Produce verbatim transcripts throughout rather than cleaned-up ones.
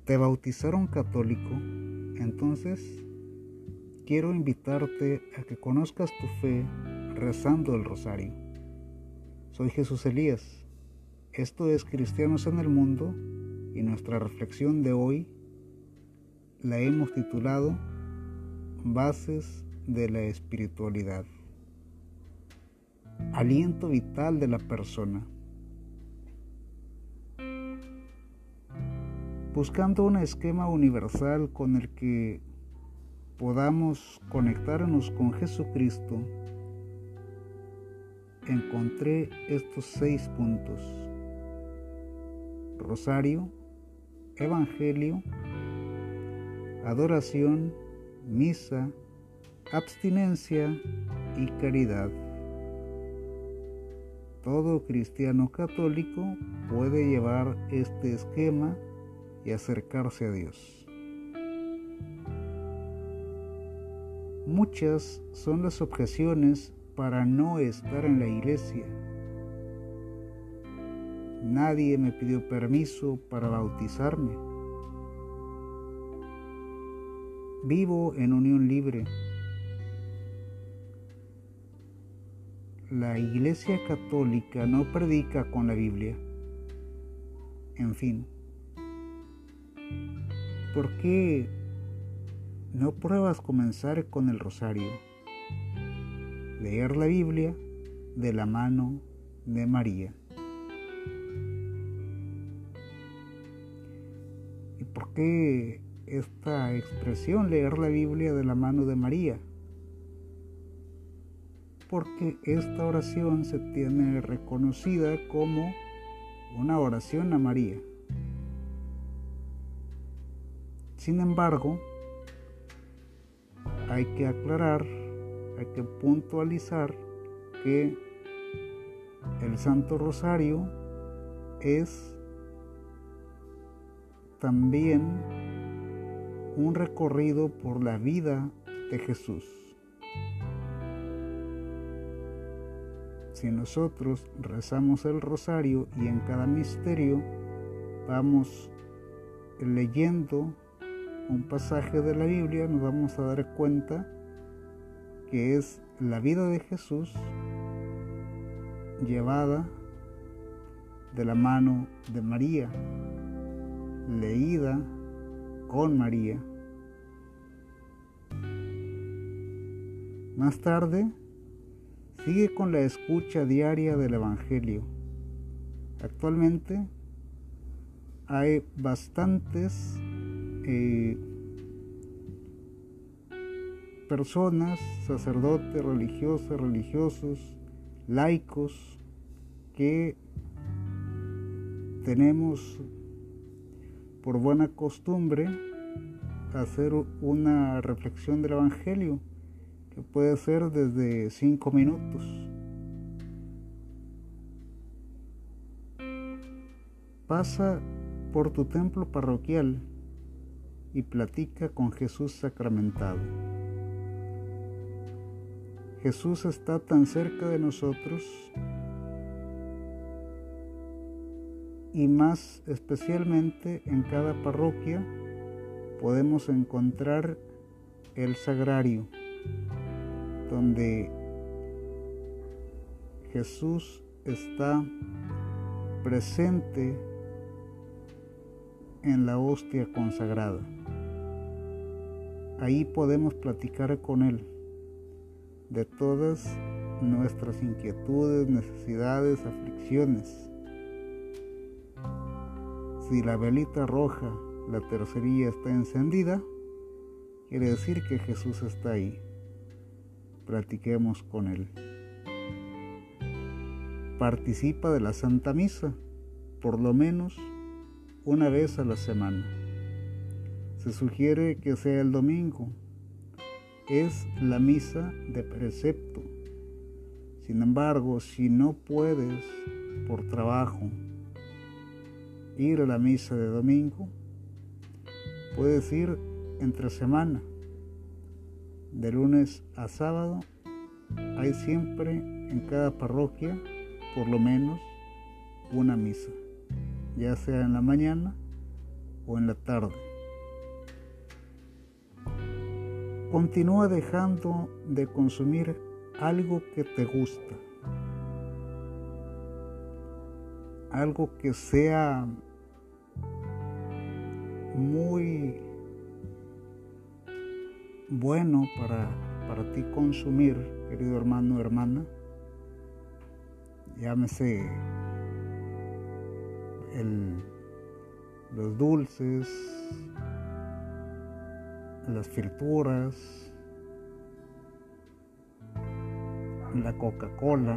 ¿Te bautizaron católico? Entonces, quiero invitarte a que conozcas tu fe rezando el rosario. Soy Jesús Elías. Esto es Cristianos en el Mundo y nuestra reflexión de hoy la hemos titulado Bases de la Espiritualidad. Aliento vital de la persona. Buscando un esquema universal con el que podamos conectarnos con Jesucristo, encontré estos seis puntos: rosario, evangelio, adoración, misa, abstinencia y caridad. Todo cristiano católico puede llevar este esquema y acercarse a Dios. Muchas son las objeciones para no estar en la iglesia. Nadie me pidió permiso para bautizarme. Vivo en unión libre. La Iglesia Católica no predica con la Biblia. En fin, ¿por qué no pruebas comenzar con el rosario? Leer la Biblia de la mano de María. ¿Y por qué esta expresión, leer la Biblia de la mano de María? Porque esta oración se tiene reconocida como una oración a María. Sin embargo, hay que aclarar, hay que puntualizar que el Santo Rosario es también un recorrido por la vida de Jesús. Si nosotros rezamos el rosario y en cada misterio vamos leyendo un pasaje de la Biblia, nos vamos a dar cuenta que es la vida de Jesús llevada de la mano de María, leída con María. Más tarde, sigue con la escucha diaria del Evangelio. Actualmente hay bastantes eh, personas, sacerdotes, religiosas, religiosos, laicos, que tenemos por buena costumbre hacer una reflexión del Evangelio, que puede ser desde cinco minutos. Pasa por tu templo parroquial y platica con Jesús sacramentado. Jesús está tan cerca de nosotros y más especialmente en cada parroquia podemos encontrar el sagrario, donde Jesús está presente en la hostia consagrada. Ahí podemos platicar con Él de todas nuestras inquietudes, necesidades, aflicciones. Si la velita roja, la tercería, está encendida, quiere decir que Jesús está ahí. Platiquemos con Él. Participa de la Santa Misa, por lo menos una vez a la semana. Se sugiere que sea el domingo. Es la misa de precepto. Sin embargo, si no puedes por trabajo ir a la misa de domingo, puedes ir entre semana. De lunes a sábado hay siempre en cada parroquia por lo menos una misa, ya sea en la mañana o en la tarde. Continúa dejando de consumir algo que te gusta, algo que sea muy bueno para, para ti consumir, querido hermano o hermana. Llámese el, los dulces, las frituras, la Coca-Cola.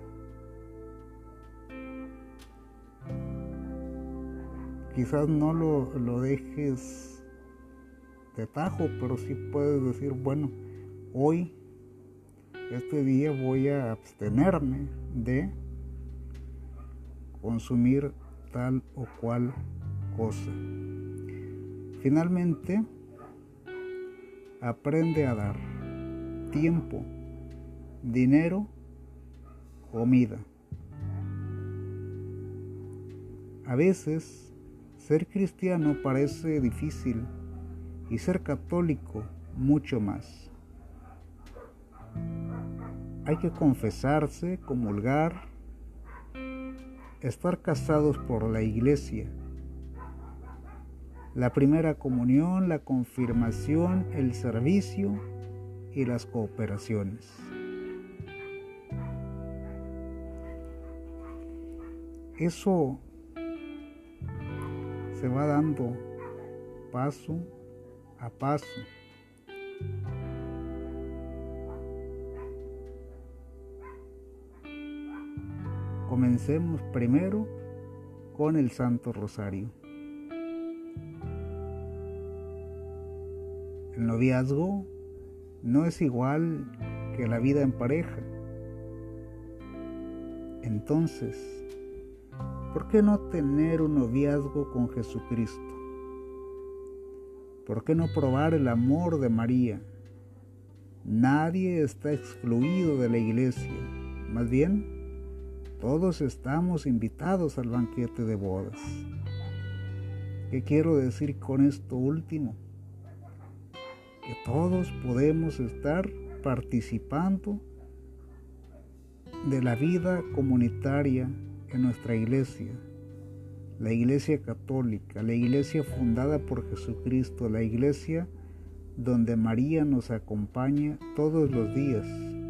Quizás no lo, lo dejes de tajo, pero sí puedes decir, bueno, hoy, este día voy a abstenerme de consumir tal o cual cosa. Finalmente, aprende a dar tiempo, dinero, comida. A veces, ser cristiano parece difícil y ser católico mucho más. Hay que confesarse, comulgar, estar casados por la iglesia, la primera comunión, la confirmación, el servicio y las cooperaciones. Eso se va dando paso a paso. Comencemos primero con el Santo Rosario. El noviazgo no es igual que la vida en pareja. Entonces, ¿por qué no tener un noviazgo con Jesucristo? ¿Por qué no probar el amor de María? Nadie está excluido de la iglesia. Más bien, todos estamos invitados al banquete de bodas. ¿Qué quiero decir con esto último? Que todos podemos estar participando de la vida comunitaria en nuestra iglesia, la iglesia católica, la iglesia fundada por Jesucristo, la iglesia donde María nos acompaña todos los días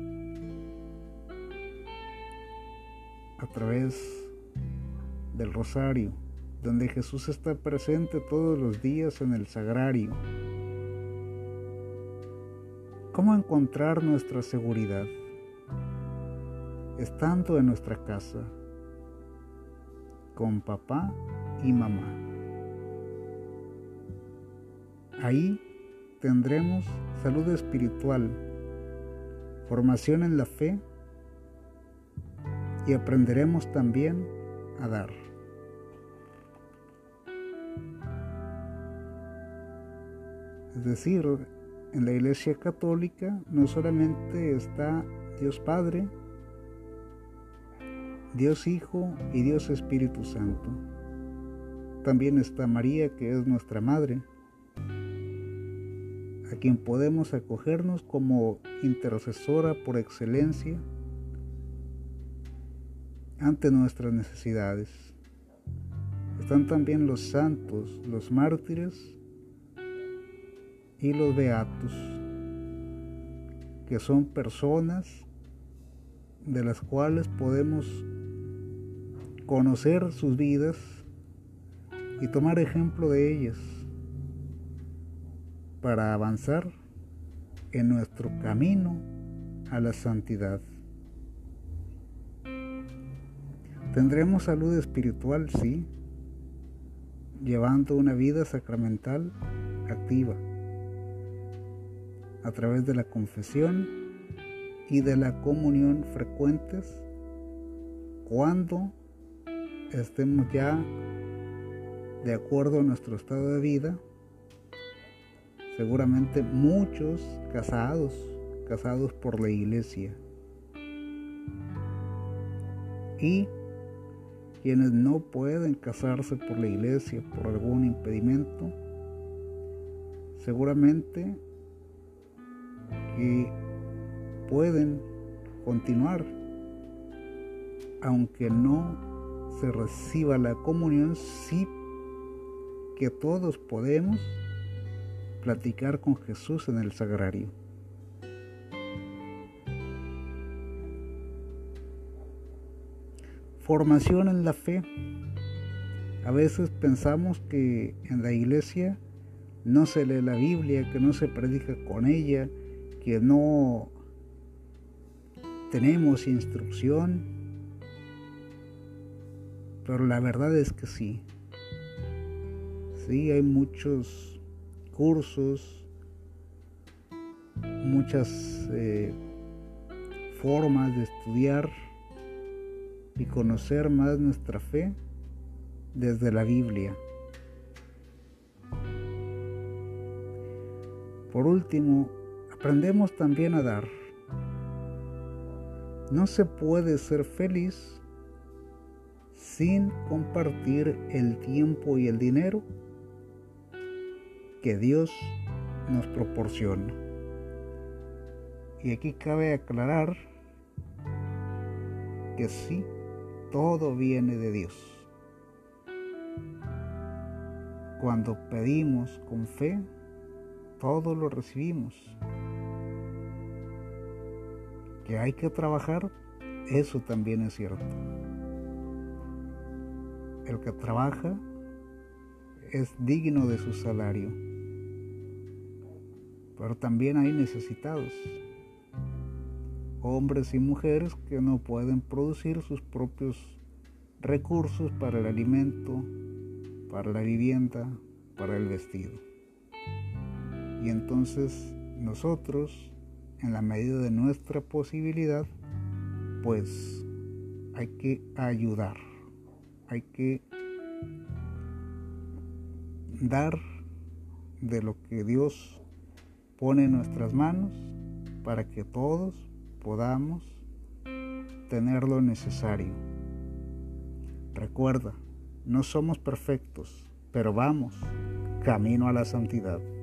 a través del rosario, donde Jesús está presente todos los días en el sagrario. ¿Cómo encontrar nuestra seguridad? Estando en nuestra casa, con papá y mamá. Ahí tendremos salud espiritual, formación en la fe y aprenderemos también a dar. Es decir, en la Iglesia Católica no solamente está Dios Padre, Dios Hijo y Dios Espíritu Santo. También está María, que es nuestra Madre, a quien podemos acogernos como intercesora por excelencia ante nuestras necesidades. Están también los santos, los mártires y los beatos, que son personas de las cuales podemos conocer sus vidas y tomar ejemplo de ellas para avanzar en nuestro camino a la santidad. Tendremos salud espiritual, sí, llevando una vida sacramental activa a través de la confesión y de la comunión frecuentes cuando estemos ya de acuerdo a nuestro estado de vida. Seguramente muchos casados, casados por la iglesia. Y quienes no pueden casarse por la iglesia por algún impedimento, seguramente que pueden continuar, aunque no se reciba la comunión, sí que todos podemos platicar con Jesús en el sagrario. Formación en la fe. A veces pensamos que en la iglesia no se lee la Biblia, que no se predica con ella, que no tenemos instrucción, pero la verdad es que sí. Sí, hay muchos cursos, muchas eh, formas de estudiar y conocer más nuestra fe desde la Biblia. Por último, aprendemos también a dar. No se puede ser feliz sin compartir el tiempo y el dinero que Dios nos proporciona. Y aquí cabe aclarar que sí, todo viene de Dios. Cuando pedimos con fe, todo lo recibimos. Que hay que trabajar, eso también es cierto. El que trabaja es digno de su salario, pero también hay necesitados, hombres y mujeres que no pueden producir sus propios recursos para el alimento, para la vivienda, para el vestido. Y entonces nosotros, en la medida de nuestra posibilidad, pues hay que ayudar, hay que dar de lo que Dios pone en nuestras manos para que todos podamos tener lo necesario. Recuerda, no somos perfectos, pero vamos camino a la santidad.